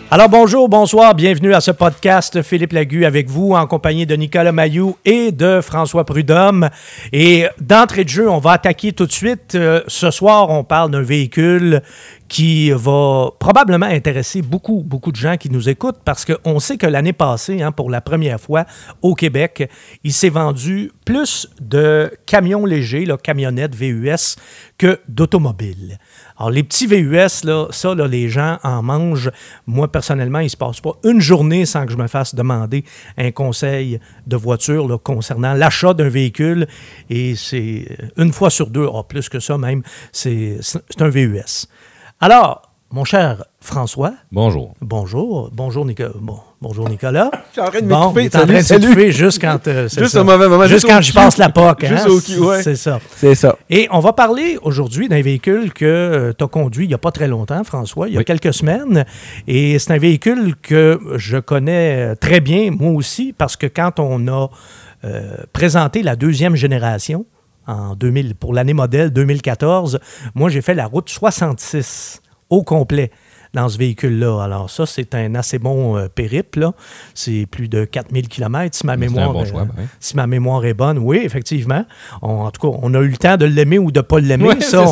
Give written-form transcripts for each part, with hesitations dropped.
Alors bonjour, bonsoir, bienvenue à ce podcast Philippe Lagu avec vous en compagnie de Nicolas Mailloux et de François Prudhomme. Et d'entrée de jeu, on va attaquer tout de suite. Ce soir, on parle d'un véhicule qui va probablement intéresser beaucoup de gens qui nous écoutent parce qu'on sait que l'année passée, pour la première fois au Québec, il s'est vendu plus de camions légers, là, camionnettes VUS, que d'automobiles. Alors, les petits VUS, là, ça, là, les gens en mangent. Moi, personnellement, il ne se passe pas une journée sans que je me fasse demander un conseil de voiture là, concernant l'achat d'un véhicule. Et c'est une fois sur deux, plus que ça même, c'est un VUS. Alors, mon cher François. Bonjour. Bonjour Nicolas. Bonjour Nicolas. Je suis en train de m'étouffer. Il est en train de s'étouffer juste quand... juste au mauvais moment. Juste quand j'y passe la POC. Juste au cul, ouais. C'est ça. C'est ça. Et on va parler aujourd'hui d'un véhicule que tu as conduit il n'y a pas très longtemps, François, il y a quelques semaines. Et c'est un véhicule que je connais très bien, moi aussi, parce que quand on a présenté la deuxième génération, pour l'année modèle 2014, moi, j'ai fait la route 66 au complet dans ce véhicule-là. Alors ça, c'est un assez bon périple. Là. C'est plus de 4000 km, si ma mémoire est bonne. Oui, effectivement. En tout cas, on a eu le temps de l'aimer ou de ne pas l'aimer. Oui, ça.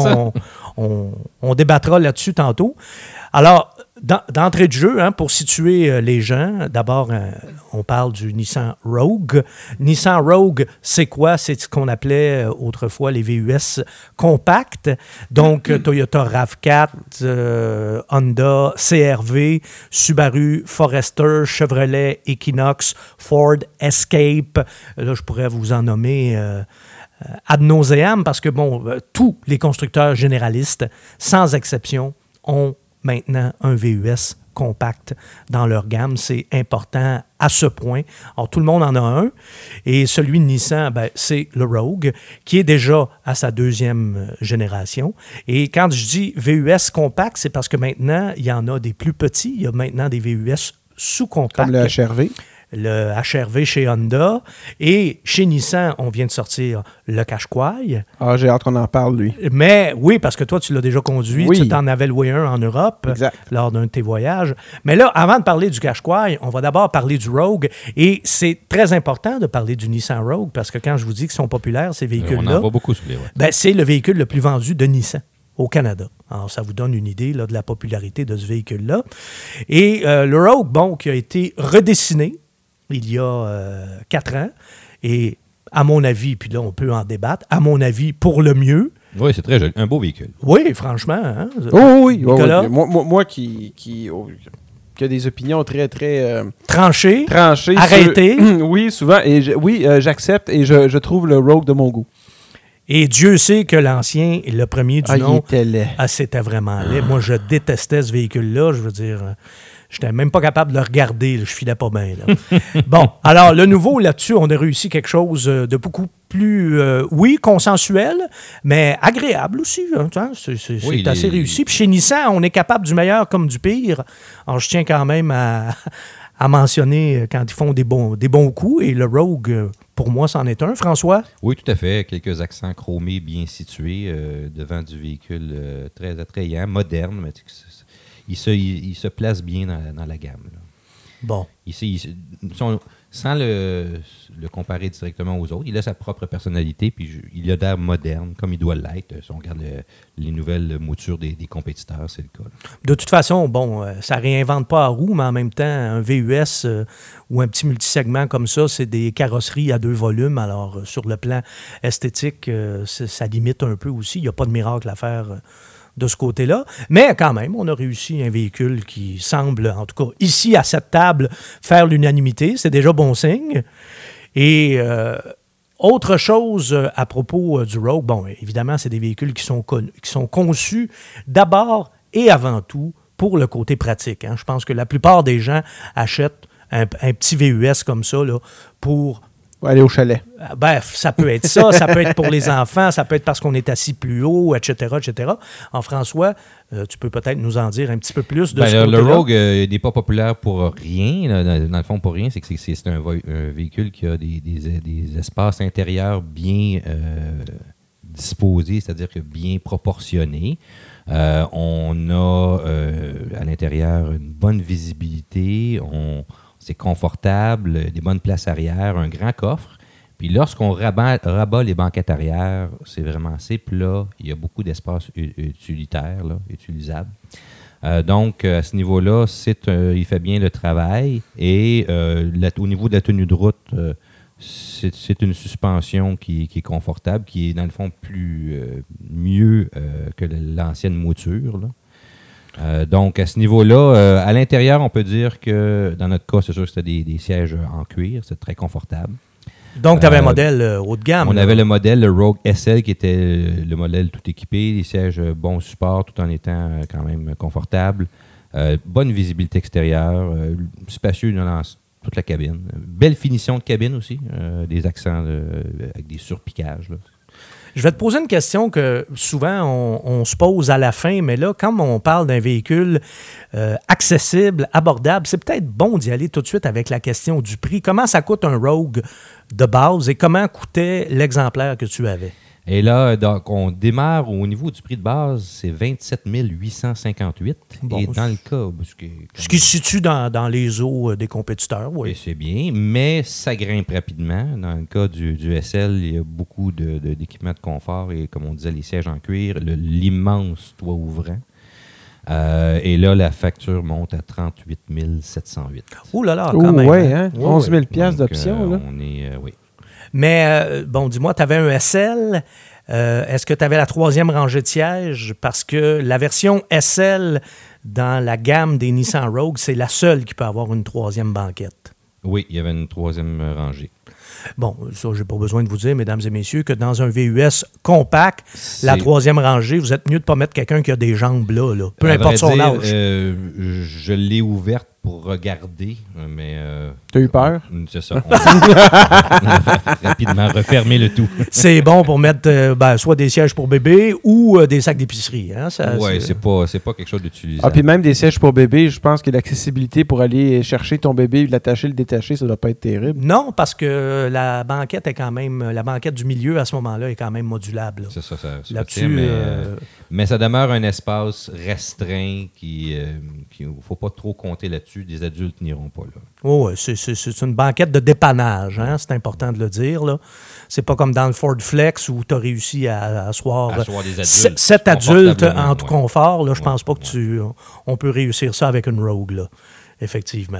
On débattra là-dessus tantôt. Alors, d'entrée de jeu, pour situer les gens, d'abord, on parle du Nissan Rogue. Nissan Rogue, c'est quoi? C'est ce qu'on appelait autrefois les VUS compacts. Donc, Toyota RAV4, Honda, CR-V, Subaru Forester, Chevrolet Equinox, Ford Escape. Là, je pourrais vous en nommer ad nauseam parce que, tous les constructeurs généralistes, sans exception, ont maintenant un VUS compact dans leur gamme. C'est important à ce point. Alors, tout le monde en a un. Et celui de Nissan, c'est le Rogue, qui est déjà à sa deuxième génération. Et quand je dis VUS compact, c'est parce que maintenant, il y en a des plus petits. Il y a maintenant des VUS sous-compacts. Comme le HR-V. Le HR-V chez Honda. Et chez Nissan, on vient de sortir le Qashqai. Ah, j'ai hâte qu'on en parle, lui. Mais oui, parce que toi, tu l'as déjà conduit. Oui. Tu t'en avais loué un en Europe lors d'un de tes voyages. Mais là, avant de parler du Qashqai, on va d'abord parler du Rogue. Et c'est très important de parler du Nissan Rogue parce que quand je vous dis qu'ils sont populaires, ces véhicules-là, on en voit beaucoup sur les routes. C'est le véhicule le plus vendu de Nissan au Canada. Alors, ça vous donne une idée là, de la popularité de ce véhicule-là. Et le Rogue, qui a été redessiné il y a 4 ans. Et à mon avis, puis là, on peut en débattre, à mon avis, pour le mieux. Oui, c'est très joli. Un beau véhicule. Oui, franchement. Oui. Nicolas? Moi qui a des opinions très, très... Tranchées. Arrêtées. Oui, souvent. Et j'accepte et je trouve le Rogue de mon goût. Et Dieu sait que l'ancien, le premier du nom... il était laid. C'était vraiment laid. Moi, je détestais ce véhicule-là. Je veux dire... J'étais même pas capable de le regarder. Je filais pas bien. Là. Bon, alors, le nouveau, là-dessus, on a réussi quelque chose de beaucoup plus, consensuel, mais agréable aussi. C'est assez réussi. Puis chez Nissan, on est capable du meilleur comme du pire. Alors, je tiens quand même à mentionner quand ils font des bons coups. Et le Rogue, pour moi, c'en est un. François? Oui, tout à fait. Quelques accents chromés bien situés devant du véhicule très attrayant, moderne, mais il se place bien dans la gamme. Là. Bon. Sans le comparer directement aux autres, il a sa propre personnalité, puis il a l'air moderne, comme il doit l'être. Si on regarde les nouvelles moutures des compétiteurs, c'est le cas. Là. De toute façon, ça ne réinvente pas la roue, mais en même temps, un VUS ou un petit multisegment comme ça, c'est des carrosseries à 2 volumes. Alors, sur le plan esthétique, ça limite un peu aussi. Il n'y a pas de miracle à faire de ce côté-là. Mais quand même, on a réussi un véhicule qui semble, en tout cas ici à cette table, faire l'unanimité. C'est déjà bon signe. Et autre chose à propos du Rogue, évidemment, c'est des véhicules qui sont conçus d'abord et avant tout pour le côté pratique. Je pense que la plupart des gens achètent un petit VUS comme ça là, pour... aller au chalet. Ça peut être ça, ça peut être pour les enfants, ça peut être parce qu'on est assis plus haut, etc., etc. En François, tu peux peut-être nous en dire un petit peu plus de ce côté-là. Le Rogue n'est pas populaire pour rien, dans le fond pour rien, c'est que c'est un véhicule qui a des espaces intérieurs bien disposés, c'est-à-dire que bien proportionnés. On a à l'intérieur une bonne visibilité, c'est confortable, des bonnes places arrière, un grand coffre. Puis lorsqu'on rabat les banquettes arrière, c'est vraiment assez plat. Il y a beaucoup d'espace utilitaire, là, utilisable. Donc, à ce niveau-là, il fait bien le travail. Et au niveau de la tenue de route, c'est une suspension qui est confortable, qui est dans le fond mieux que l'ancienne mouture, là. Donc, à ce niveau-là, à l'intérieur, on peut dire que, dans notre cas, c'est sûr que c'était des sièges en cuir. C'est très confortable. Donc, tu avais un modèle haut de gamme. On avait le modèle, le Rogue SL, qui était le modèle tout équipé, des sièges bon support, tout en étant quand même confortable. Bonne visibilité extérieure, spacieux dans toute la cabine. Belle finition de cabine aussi, des accents avec des surpiquages, là. Je vais te poser une question que souvent on se pose à la fin, mais là, quand on parle d'un véhicule accessible, abordable, c'est peut-être bon d'y aller tout de suite avec la question du prix. Comment ça coûte un Rogue de base et comment coûtait l'exemplaire que tu avais? Et là, donc, on démarre au niveau du prix de base, c'est 27 858. Bon, et dans le cas... Ce qui se situe dans les eaux des compétiteurs, oui. Et c'est bien, mais ça grimpe rapidement. Dans le cas du SL, il y a beaucoup d'équipements de confort et, comme on disait, les sièges en cuir, l'immense toit ouvrant. Et là, la facture monte à 38 708. Oh là là, quand même. Oui, hein? 11 000 d'options, là. On est... oui. Mais, bon, dis-moi, tu avais un SL. Est-ce que tu avais la troisième rangée de sièges? Parce que la version SL dans la gamme des Nissan Rogue, c'est la seule qui peut avoir une troisième banquette. Oui, il y avait une troisième rangée. Bon, ça, j'ai pas besoin de vous dire, mesdames et messieurs, que dans un VUS compact, la troisième rangée, vous êtes mieux de ne pas mettre quelqu'un qui a des jambes là. Peu importe son âge. Je l'ai ouverte pour regarder, mais... T'as eu peur? C'est ça. On a rapidement refermé le tout. C'est bon pour mettre soit des sièges pour bébé ou des sacs d'épicerie. Hein? Oui, c'est pas quelque chose d'utilisable. Ah, puis même des sièges pour bébé, je pense que l'accessibilité pour aller chercher ton bébé, l'attacher, le détacher, ça doit pas être terrible. Non, parce que la banquette du milieu à ce moment-là est quand même modulable. Là. C'est ça là-dessus. Mais ça demeure un espace restreint qui faut pas trop compter là-dessus. Des adultes n'iront pas là. Oui, c'est une banquette de dépannage, hein? C'est important de le dire. Là. C'est pas comme dans le Ford Flex où tu as réussi à asseoir des adultes. 7 adultes en tout confort. Là, je pense pas que on peut réussir ça avec une Rogue, là, effectivement.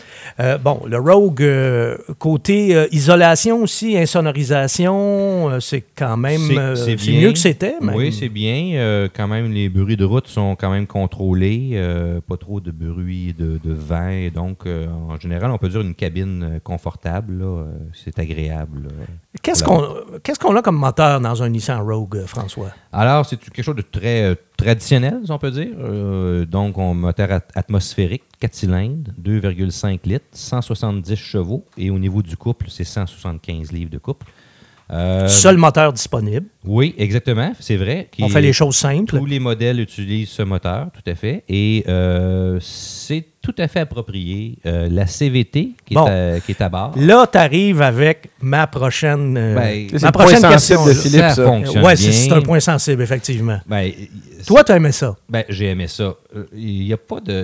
Le Rogue, côté isolation aussi, insonorisation, c'est quand même c'est mieux que c'était. Même. Oui, c'est bien. Quand même, les bruits de route sont quand même contrôlés. Pas trop de bruit de vent. Donc, en général, on peut dire une cabine confortable. Là, c'est agréable. Là, qu'est-ce qu'on a comme moteur dans un Nissan Rogue, François? Alors, c'est quelque chose de très traditionnel, si on peut dire. Donc, un moteur atmosphérique, 4 cylindres, 2,5 litres, 170 chevaux. Et au niveau du couple, c'est 175 livres de couple. Seul moteur disponible. Oui, exactement, c'est vrai. On fait les choses simples. Tous les modèles utilisent ce moteur, tout à fait. Et c'est tout à fait approprié. La CVT qui est à bord. Là, tu arrives avec ma prochaine question de Philippe. Ça fonctionne bien. C'est un point sensible, effectivement. Ben, toi, tu as aimé ça? Ben, j'ai aimé ça. Il y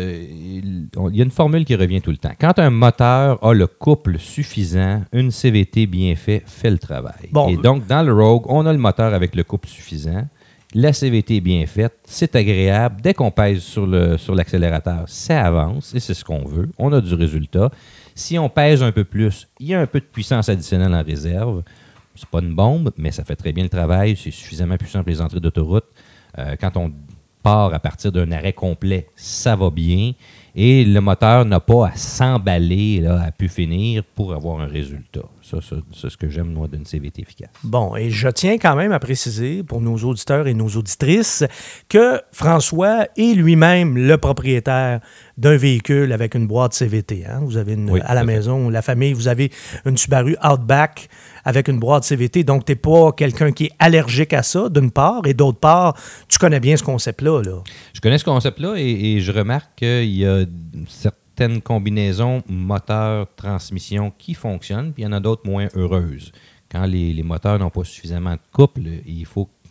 a une formule qui revient tout le temps. Quand un moteur a le couple suffisant, une CVT bien fait le travail. Bon. Et donc, dans le Rogue, on a le moteur avec le couple suffisant. La CVT est bien faite, c'est agréable. Dès qu'on pèse sur l'accélérateur, ça avance et c'est ce qu'on veut. On a du résultat. Si on pèse un peu plus, il y a un peu de puissance additionnelle en réserve. C'est pas une bombe, mais ça fait très bien le travail. C'est suffisamment puissant pour les entrées d'autoroute. Quand on part à partir d'un arrêt complet, ça va bien. Et le moteur n'a pas à s'emballer là, à pu finir pour avoir un résultat. Ça, c'est ce que j'aime, moi, d'une CVT efficace. Bon, et je tiens quand même à préciser pour nos auditeurs et nos auditrices que François est lui-même le propriétaire d'un véhicule avec une boîte CVT. Hein? Vous avez à la maison, la famille, vous avez une Subaru Outback avec une boîte CVT. Donc, tu n'es pas quelqu'un qui est allergique à ça, d'une part, et d'autre part, tu connais bien ce concept-là. Là. Je connais ce concept-là et je remarque qu'il y a certaines combinaisons moteur-transmission qui fonctionnent, puis il y en a d'autres moins heureuses. Quand les moteurs n'ont pas suffisamment de couple, il faut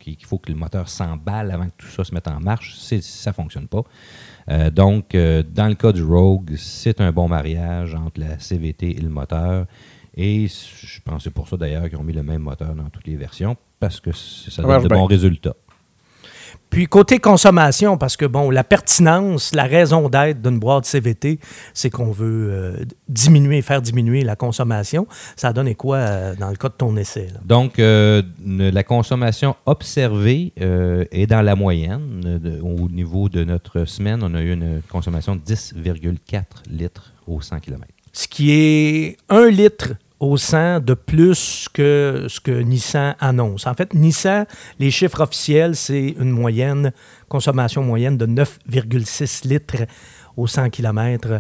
qu'il faut que le moteur s'emballe avant que tout ça se mette en marche. Ça ne fonctionne pas. Donc, dans le cas du Rogue, c'est un bon mariage entre la CVT et le moteur. Et je pense que c'est pour ça d'ailleurs qu'ils ont mis le même moteur dans toutes les versions, parce que ça donne de bons résultats. Puis côté consommation, parce que bon, la pertinence, la raison d'être d'une boîte CVT, c'est qu'on veut faire diminuer la consommation. Ça a donné quoi dans le cas de ton essai? Là? Donc, la consommation observée est dans la moyenne. Au niveau de notre semaine, on a eu une consommation de 10,4 litres au 100 km. Ce qui est 1 litre au 100 de plus que ce que Nissan annonce. En fait, Nissan, les chiffres officiels, c'est une consommation moyenne de 9,6 litres au 100 km.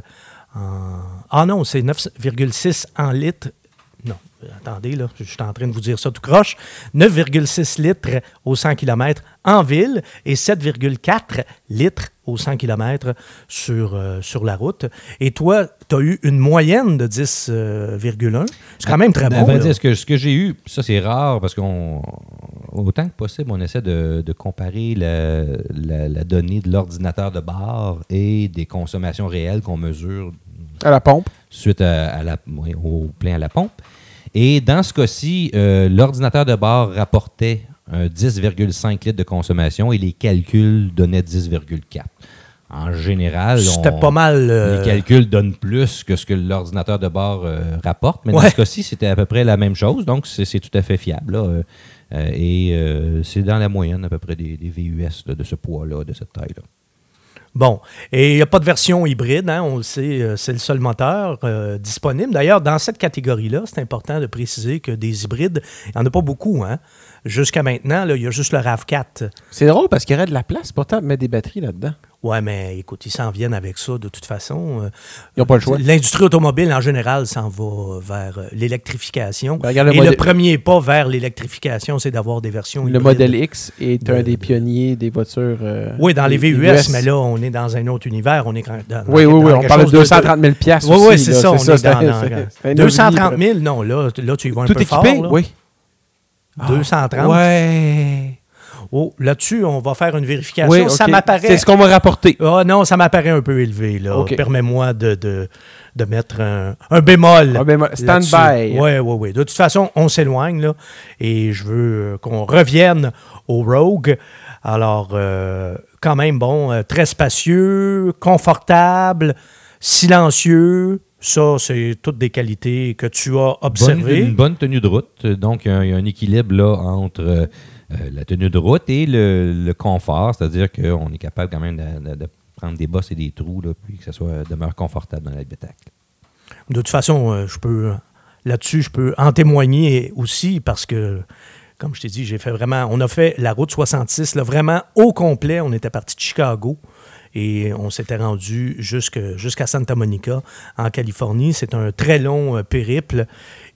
Ah non, c'est 9,6 en litres. Non, attendez, là, je suis en train de vous dire ça tout croche. 9,6 litres au 100 km en ville et 7,4 litres au 100 km sur la route. Et toi, tu as eu une moyenne de 10,1. C'est quand même très bon. Dire, ce que j'ai eu, ça c'est rare parce autant que possible, on essaie de comparer la donnée de l'ordinateur de bord et des consommations réelles qu'on mesure à la pompe. Suite au plein à la pompe. Et dans ce cas-ci, l'ordinateur de bord rapportait 10,5 litres de consommation et les calculs donnaient 10,4. En général, c'était pas mal. Les calculs donnent plus que ce que l'ordinateur de bord rapporte, mais dans ce cas-ci, c'était à peu près la même chose, donc c'est tout à fait fiable. Là, et c'est dans la moyenne à peu près des VUS là, de ce poids-là, de cette taille-là. Bon, et il n'y a pas de version hybride, hein, on le sait, c'est le seul moteur disponible. D'ailleurs, dans cette catégorie-là, c'est important de préciser que des hybrides, il n'y en a pas beaucoup. Hein. Jusqu'à maintenant, là, il y a juste le RAV4. C'est drôle parce qu'il y aurait de la place pourtant de mettre des batteries là-dedans. Oui, mais écoute, ils s'en viennent avec ça de toute façon. Ils n'ont pas le choix. L'industrie automobile, en général, s'en va vers l'électrification. Ben, le premier pas vers l'électrification, c'est d'avoir des versions hybrides. Le modèle X est un des pionniers des voitures... oui, dans les VUS, mais là, on est dans un autre univers. On est oui, on parle de 230 000 $. Oui, oui, c'est ça. On est dans 230 000, non, là, tu y vas un peu fort. Tout équipé, oui. 230. Ouais. Oh, là-dessus, on va faire une vérification. Oui, okay. Ça m'apparaît... C'est ce qu'on m'a rapporté. Ah non, ça m'apparaît un peu élevé. Là. Okay. Permets-moi de mettre un bémol. Un bémol. Stand-by. Oui. De toute façon, on s'éloigne là, et je veux qu'on revienne au Rogue. Alors, quand même, bon, très spacieux, confortable, silencieux. Ça, c'est toutes des qualités que tu as observées. Une bonne tenue de route. Donc, il y a un équilibre là entre... la tenue de route et le confort, c'est-à-dire qu'on est capable quand même de prendre des bosses et des trous, là, puis que ça demeure confortable dans l'habitacle. De toute façon, je peux en témoigner aussi parce que, comme je t'ai dit, on a fait la route 66 là, vraiment au complet. On était parti de Chicago et on s'était rendu jusqu'à Santa Monica, en Californie. C'est un très long périple.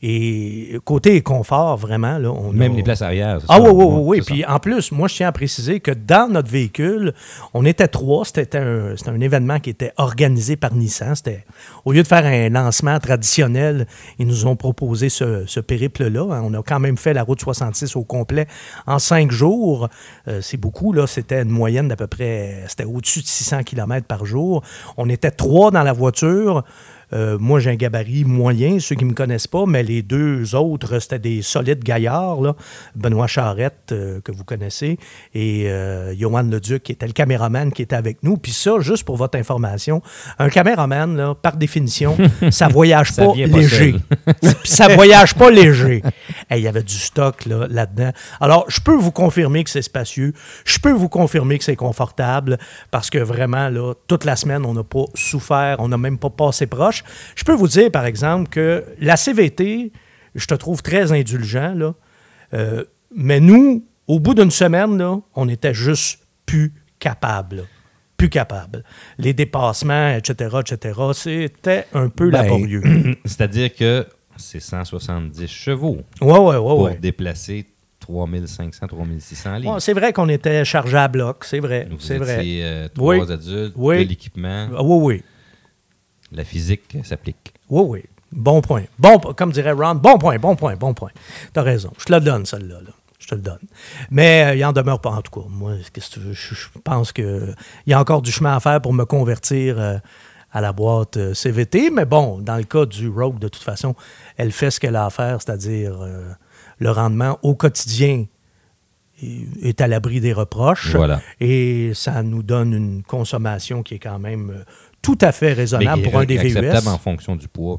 Et côté confort, vraiment, là, même les places arrière. Oui. Puis en plus, moi, je tiens à préciser que dans notre véhicule, on était 3. C'était un événement qui était organisé par Nissan. Au lieu de faire un lancement traditionnel, ils nous ont proposé ce périple-là. On a quand même fait la route 66 au complet en 5 jours. C'est beaucoup, là. C'était une moyenne d'à peu près... C'était au-dessus de 600 km par jour. On était 3 dans la voiture. Moi, j'ai un gabarit moyen, ceux qui ne me connaissent pas, mais les 2 autres, c'était des solides gaillards, là. Benoît Charette, que vous connaissez, et Johan Leduc, qui était le caméraman qui était avec nous. Puis ça, juste pour votre information, un caméraman, là, par définition, ça ne voyage pas léger. Puis ça ne voyage pas léger. Il y avait du stock là-dedans. Alors, je peux vous confirmer que c'est spacieux. Je peux vous confirmer que c'est confortable, parce que vraiment, là, toute la semaine, on n'a pas souffert, on n'a même pas passé proche. Je peux vous dire, par exemple, que la CVT, je te trouve très indulgent, là, mais nous, au bout d'une semaine, là, on était juste plus capables. Plus capables. Les dépassements, etc., c'était un peu laborieux. C'est-à-dire que c'est 170 chevaux pour déplacer 3500, 3600 livres. Ouais, c'est vrai qu'on était chargé à bloc, c'est vrai. Vous étiez 3 adultes, de l'équipement. Oui. La physique s'applique. Oui. Bon point. Bon, comme dirait Ron, bon point. T'as raison. Je te la donne, celle-là. Je te le donne. Mais il en demeure pas, en tout cas. Moi, qu'est-ce que tu veux? Je pense qu'il y a encore du chemin à faire pour me convertir à la boîte CVT. Mais bon, dans le cas du Rogue, de toute façon, elle fait ce qu'elle a à faire, c'est-à-dire le rendement au quotidien est à l'abri des reproches. Voilà. Et ça nous donne une consommation qui est quand même tout à fait raisonnable pour un des VUS. Acceptable en fonction du poids.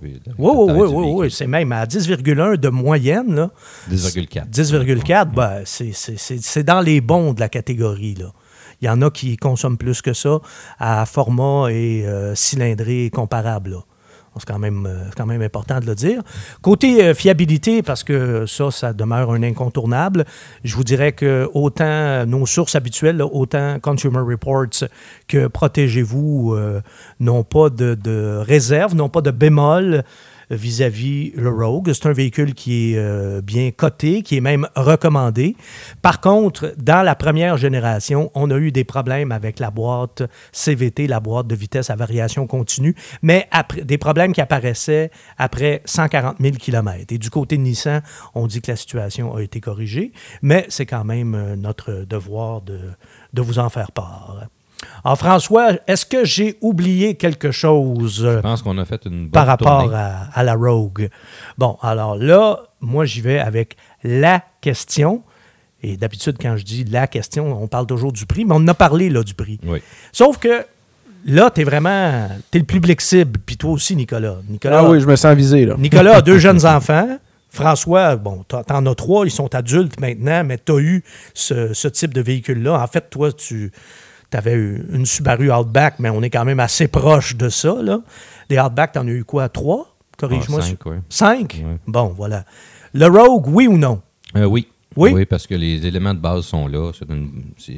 Oui. C'est même à 10,1 de moyenne. Là. 10,4. 10,4, ben, c'est dans les bons de la catégorie. Là. Il y en a qui consomment plus que ça à format et cylindré comparable. Là. C'est quand même important de le dire. Côté fiabilité, parce que ça demeure un incontournable, je vous dirais que autant nos sources habituelles, là, autant Consumer Reports que Protégez-vous n'ont pas de réserve, n'ont pas de bémol vis-à-vis le Rogue. C'est un véhicule qui est bien coté, qui est même recommandé. Par contre, dans la première génération, on a eu des problèmes avec la boîte CVT, la boîte de vitesse à variation continue, mais des problèmes qui apparaissaient après 140 000 km. Et du côté de Nissan, on dit que la situation a été corrigée, mais c'est quand même notre devoir de vous en faire part. Alors, François, est-ce que j'ai oublié quelque chose Je pense qu'on a fait une bonne par rapport tournée. à la Rogue? Bon, alors là, moi, j'y vais avec la question. Et d'habitude, quand je dis la question, on parle toujours du prix, mais on en a parlé là, du prix. Oui. Sauf que là, t'es le public cible, puis toi aussi, Nicolas. Ah oui, je me sens visé, là. Nicolas a 2 jeunes enfants. François, bon, t'en as 3, ils sont adultes maintenant, mais t'as eu ce type de véhicule-là. En fait, toi, tu avais eu une Subaru Outback, mais on est quand même assez proche de ça, là. Des Outback, t'en as eu quoi? 3? Corrige-moi. 5, oui. 5? Ouais. Bon, voilà. Le Rogue, oui ou non? Oui. Oui? Oui, parce que les éléments de base sont là. C'est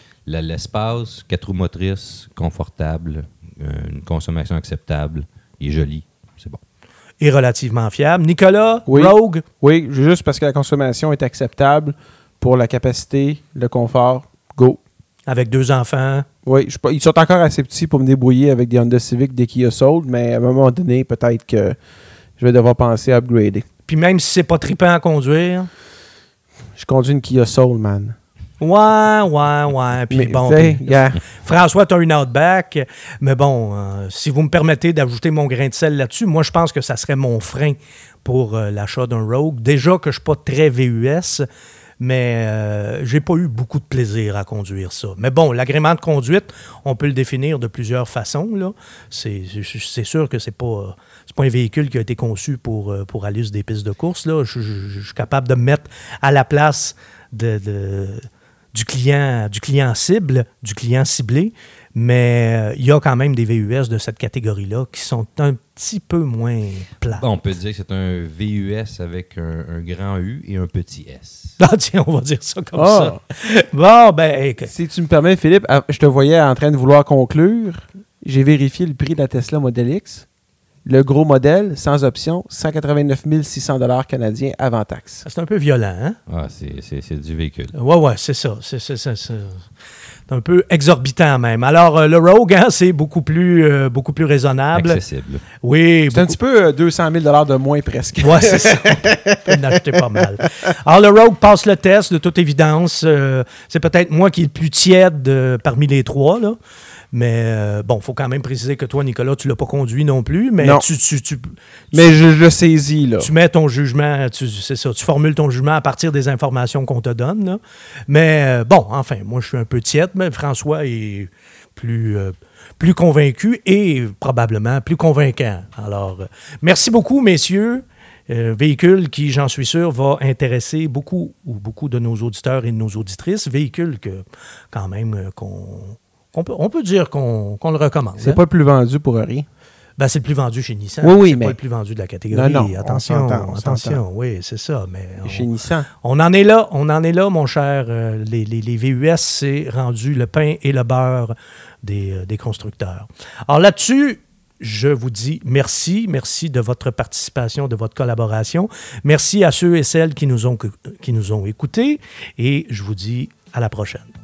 l'espace, 4 roues motrices, confortable, une consommation acceptable, il est joli, c'est bon. Et relativement fiable. Nicolas, Oui. Rogue? Oui, juste parce que la consommation est acceptable pour la capacité, le confort, go. Avec 2 enfants. Oui, ils sont encore assez petits pour me débrouiller avec des Honda Civic, des Kia Soul, mais à un moment donné, peut-être que je vais devoir penser à upgrader. Puis même si c'est pas trippant à conduire. Je conduis une Kia Soul, man. Ouais. Puis Mais, bon, yeah. François, tu as une Outback. Mais bon, si vous me permettez d'ajouter mon grain de sel là-dessus, moi, je pense que ça serait mon frein pour l'achat d'un Rogue. Déjà que je ne suis pas très VUS, mais j'ai pas eu beaucoup de plaisir à conduire ça. Mais bon, l'agrément de conduite, on peut le définir de plusieurs façons, là. C'est sûr que c'est pas un véhicule qui a été conçu pour aller sur des pistes de course, là. Je suis capable de me mettre à la place du client cible, du client ciblé, mais il y a quand même des VUS de cette catégorie-là qui sont un petit peu moins plats. On peut dire que c'est un VUS avec un grand U et un petit S. Ah tiens, on va dire ça comme ça. Bon, ben... Si tu me permets, Philippe, je te voyais en train de vouloir conclure. J'ai vérifié le prix de la Tesla Model X. Le gros modèle, sans option, 189 600 $ canadiens avant taxe. C'est un peu violent, hein? Ah, c'est du véhicule. Ouais, c'est ça. C'est un peu exorbitant même. Alors, le Rogue, hein, c'est beaucoup plus raisonnable. Accessible. Oui. C'est un petit peu 200 000 $ de moins presque. Ouais, c'est ça. On peut en acheter pas mal. Alors, le Rogue passe le test, de toute évidence. C'est peut-être moi qui est le plus tiède parmi les 3, là. Mais bon, il faut quand même préciser que toi, Nicolas, tu ne l'as pas conduit non plus. Mais non. Mais je le saisis, là. Tu mets ton jugement, c'est ça, tu formules ton jugement à partir des informations qu'on te donne, là. Mais bon, enfin, moi, je suis un peu tiède, mais François est plus convaincu et probablement plus convaincant. Alors, merci beaucoup, messieurs. Véhicule qui, j'en suis sûr, va intéresser beaucoup de nos auditeurs et de nos auditrices. Véhicule que, quand même, on peut dire qu'on le recommande. C'est pas le plus vendu pour rien. Ben, c'est le plus vendu chez Nissan. Oui, c'est mais... pas le plus vendu de la catégorie. Non, attention, on s'entend. oui, c'est ça. Mais chez Nissan. On en est là, mon cher. Les VUS, c'est rendu le pain et le beurre des constructeurs. Alors là-dessus, je vous dis merci. Merci de votre participation, de votre collaboration. Merci à ceux et celles qui nous ont écoutés. Et je vous dis à la prochaine.